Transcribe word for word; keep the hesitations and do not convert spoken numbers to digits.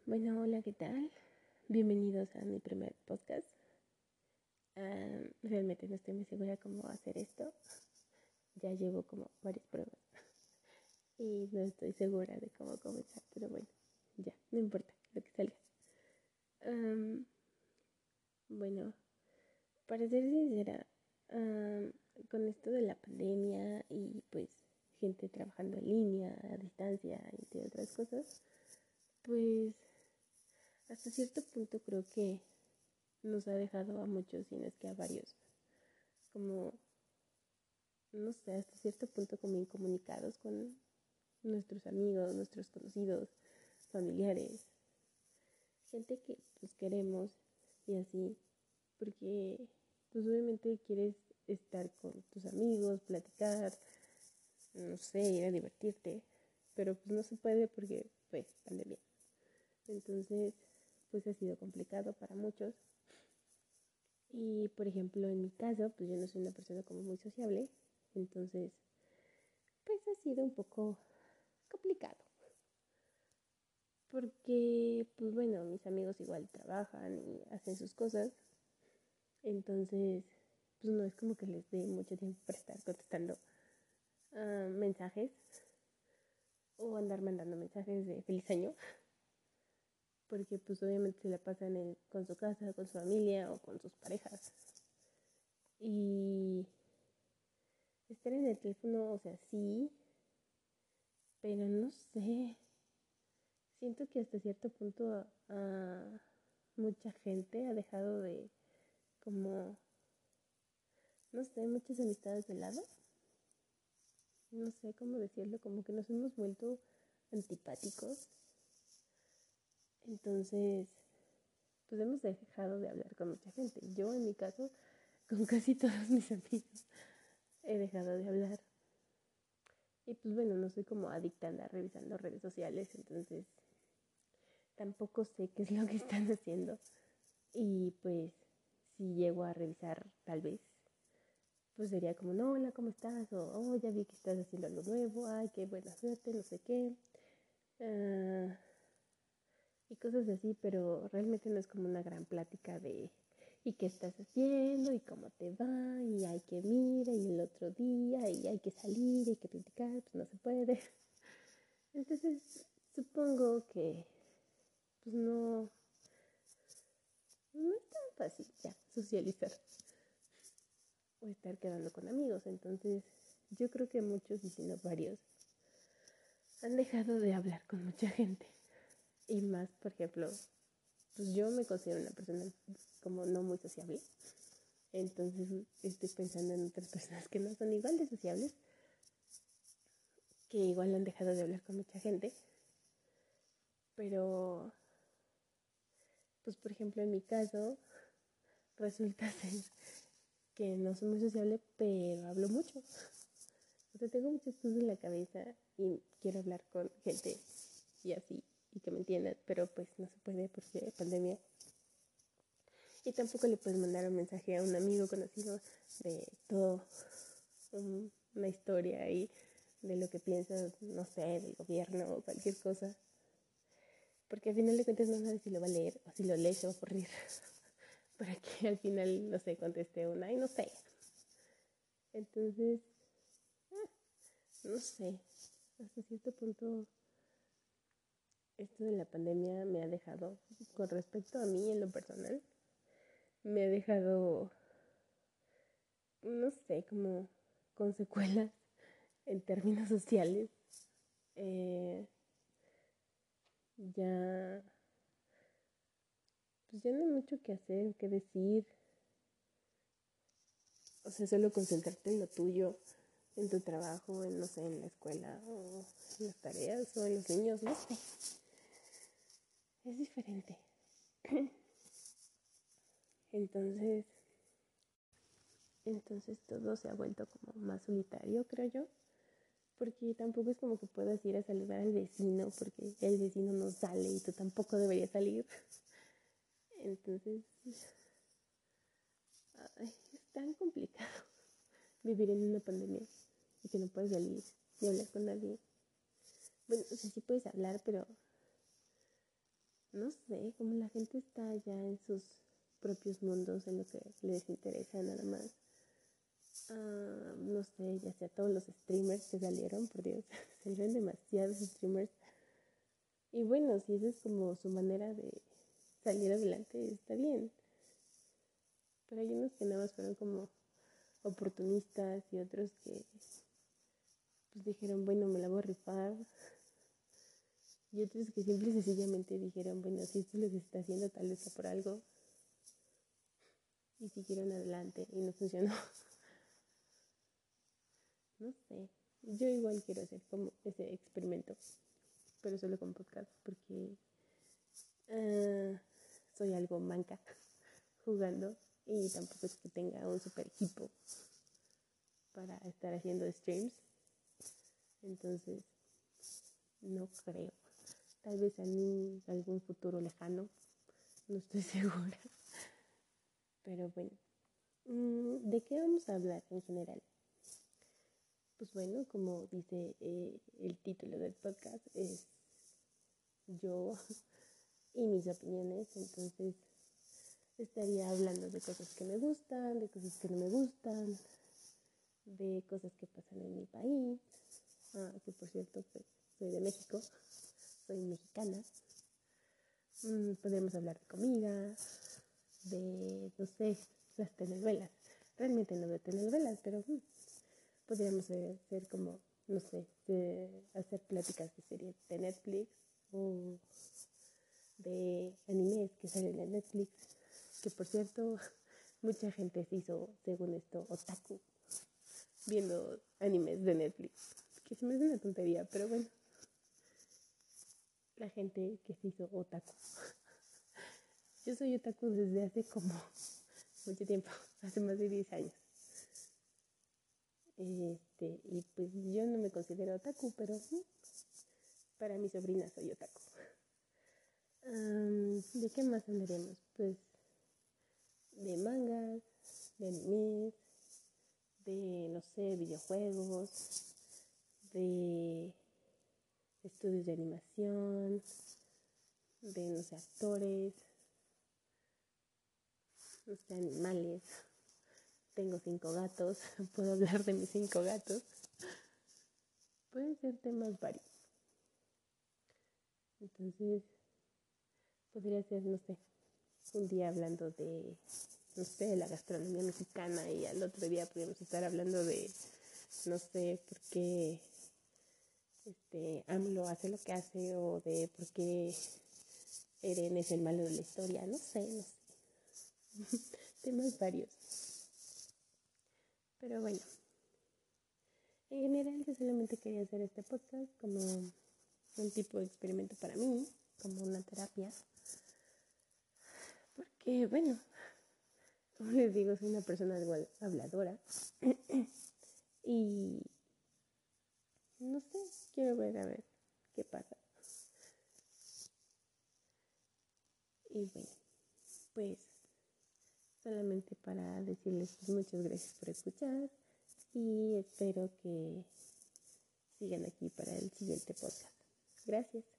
Bueno, hola, ¿qué tal? Bienvenidos a mi primer podcast. Um, realmente no estoy muy segura cómo hacer esto. Ya llevo como varias pruebas y no estoy segura de cómo comenzar, pero bueno, ya, no importa lo que salga. Um, bueno, para ser sincera, um, con esto de la pandemia y pues gente trabajando en línea, a distancia, entre otras cosas, pues hasta cierto punto creo que nos ha dejado a muchos, y no es que a varios, como, no sé, hasta cierto punto como incomunicados con nuestros amigos, nuestros conocidos, familiares, gente que pues queremos y así, porque pues obviamente quieres estar con tus amigos, platicar, no sé, ir a divertirte, pero pues no se puede porque pues pandemia. Entonces, pues ha sido complicado para muchos. Y por ejemplo, en mi caso, pues yo no soy una persona como muy sociable, entonces pues ha sido un poco complicado. Porque, pues bueno, mis amigos igual trabajan y hacen sus cosas, entonces pues no es como que les dé mucho tiempo para estar contestando uh, mensajes o andar mandando mensajes de feliz año, porque pues obviamente se la pasan en, con su casa, con su familia o con sus parejas. Y estar en el teléfono, o sea, sí, pero no sé, siento que hasta cierto punto uh, mucha gente ha dejado de como, no sé, muchas amistades de lado. No sé cómo decirlo, como que nos hemos vuelto antipáticos. Entonces, pues hemos dejado de hablar con mucha gente. Yo, en mi caso, con casi todos mis amigos, he dejado de hablar. Y pues bueno, no soy como adicta a andar revisando redes sociales, entonces tampoco sé qué es lo que están haciendo. Y pues, si llego a revisar, tal vez, pues sería como, no, hola, ¿cómo estás? O, oh, ya vi que estás haciendo algo nuevo, ay, qué buena suerte, no sé qué. Uh, y cosas así, pero realmente no es como una gran plática de ¿y qué estás haciendo? ¿Y cómo te va? Y hay que mira, y el otro día, y hay que salir, y hay que platicar, pues no se puede. Entonces, supongo que pues no, no es tan fácil ya socializar o estar quedando con amigos. Entonces, yo creo que muchos, y si no varios, han dejado de hablar con mucha gente. Y más, por ejemplo, pues yo me considero una persona como no muy sociable. Entonces estoy pensando en otras personas que no son igual de sociables, que igual han dejado de hablar con mucha gente. Pero, pues por ejemplo en mi caso, resulta ser que no soy muy sociable, pero hablo mucho. O sea, tengo muchas cosas en la cabeza y quiero hablar con gente y así, y que me entiendan, pero pues no se puede porque hay pandemia. Y tampoco le puedes mandar un mensaje a un amigo conocido de todo, um, una historia ahí de lo que piensas, no sé, del gobierno o cualquier cosa. Porque al final de cuentas no sabes si lo va a leer o si lo lee se va a aburrir. Para que al final, no sé, conteste una y no sé. Entonces, eh, no sé, hasta cierto punto esto de la pandemia me ha dejado, con respecto a mí en lo personal, me ha dejado, no sé, como con secuelas en términos sociales. Eh, ya, pues ya no hay mucho que hacer, que decir. O sea, solo concentrarte en lo tuyo, en tu trabajo, en, no sé, en la escuela, o en las tareas, o en los niños, no sé. Es diferente. Entonces, entonces todo se ha vuelto como más solitario, creo yo. Porque tampoco es como que puedas ir a saludar al vecino, porque el vecino no sale y tú tampoco deberías salir. Entonces, ay, es tan complicado vivir en una pandemia y que no puedes salir ni hablar con nadie. Bueno, o sea, sí puedes hablar, pero no sé, como la gente está ya en sus propios mundos, en lo que les interesa nada más. Uh, no sé, ya sea todos los streamers que salieron, por Dios, salieron demasiados streamers. Y bueno, si esa es como su manera de salir adelante, está bien. Pero hay unos que nada más fueron como oportunistas y otros que pues dijeron, bueno, me la voy a rifar. Y otros que simple y sencillamente dijeron, bueno, si esto les está haciendo, tal vez sea por algo. Y siguieron adelante y no funcionó. No sé. Yo igual quiero hacer como ese experimento, pero solo con podcast, porque uh, soy algo manca jugando y tampoco es que tenga un super equipo para estar haciendo streams. Entonces, no creo. Tal vez en algún futuro lejano, no estoy segura. Pero bueno, ¿de qué vamos a hablar en general? Pues bueno, como dice eh, el título del podcast, es yo y mis opiniones. Entonces estaría hablando de cosas que me gustan, de cosas que no me gustan, de cosas que pasan en mi país. Ah, que por cierto, pues soy de México, soy mexicana. Mm, podríamos hablar de comida, de, no sé, las telenovelas. Realmente no veo telenovelas, pero mm, podríamos hacer como, no sé, de hacer pláticas de series de Netflix o de animes que salen en Netflix. Que por cierto, mucha gente se hizo, según esto, otaku viendo animes de Netflix. Que se me hace una tontería, pero bueno. La gente que se hizo otaku. Yo soy otaku desde hace como mucho tiempo, hace más de diez años. Este, y pues yo no me considero otaku, pero para mi sobrina soy otaku. Um, ¿De qué más hablaremos? Pues de mangas, de animes, de, no sé, videojuegos, de estudios de animación, de, no sé, actores, no sé, animales. Tengo cinco gatos, puedo hablar de mis cinco gatos. Pueden ser temas varios. Entonces, podría ser, no sé, un día hablando de, no sé, de la gastronomía mexicana y al otro día podríamos estar hablando de, no sé, por qué este, AMLO hace lo que hace o de por qué Eren es el malo de la historia. No sé, no sé. Temas varios. Pero bueno, en general yo solamente quería hacer este podcast como un tipo de experimento para mí, como una terapia. Porque, bueno, como les digo, soy una persona igual habladora. Y no sé, quiero ver a ver qué pasa. Y bueno, pues solamente para decirles pues, muchas gracias por escuchar y espero que sigan aquí para el siguiente podcast. Gracias.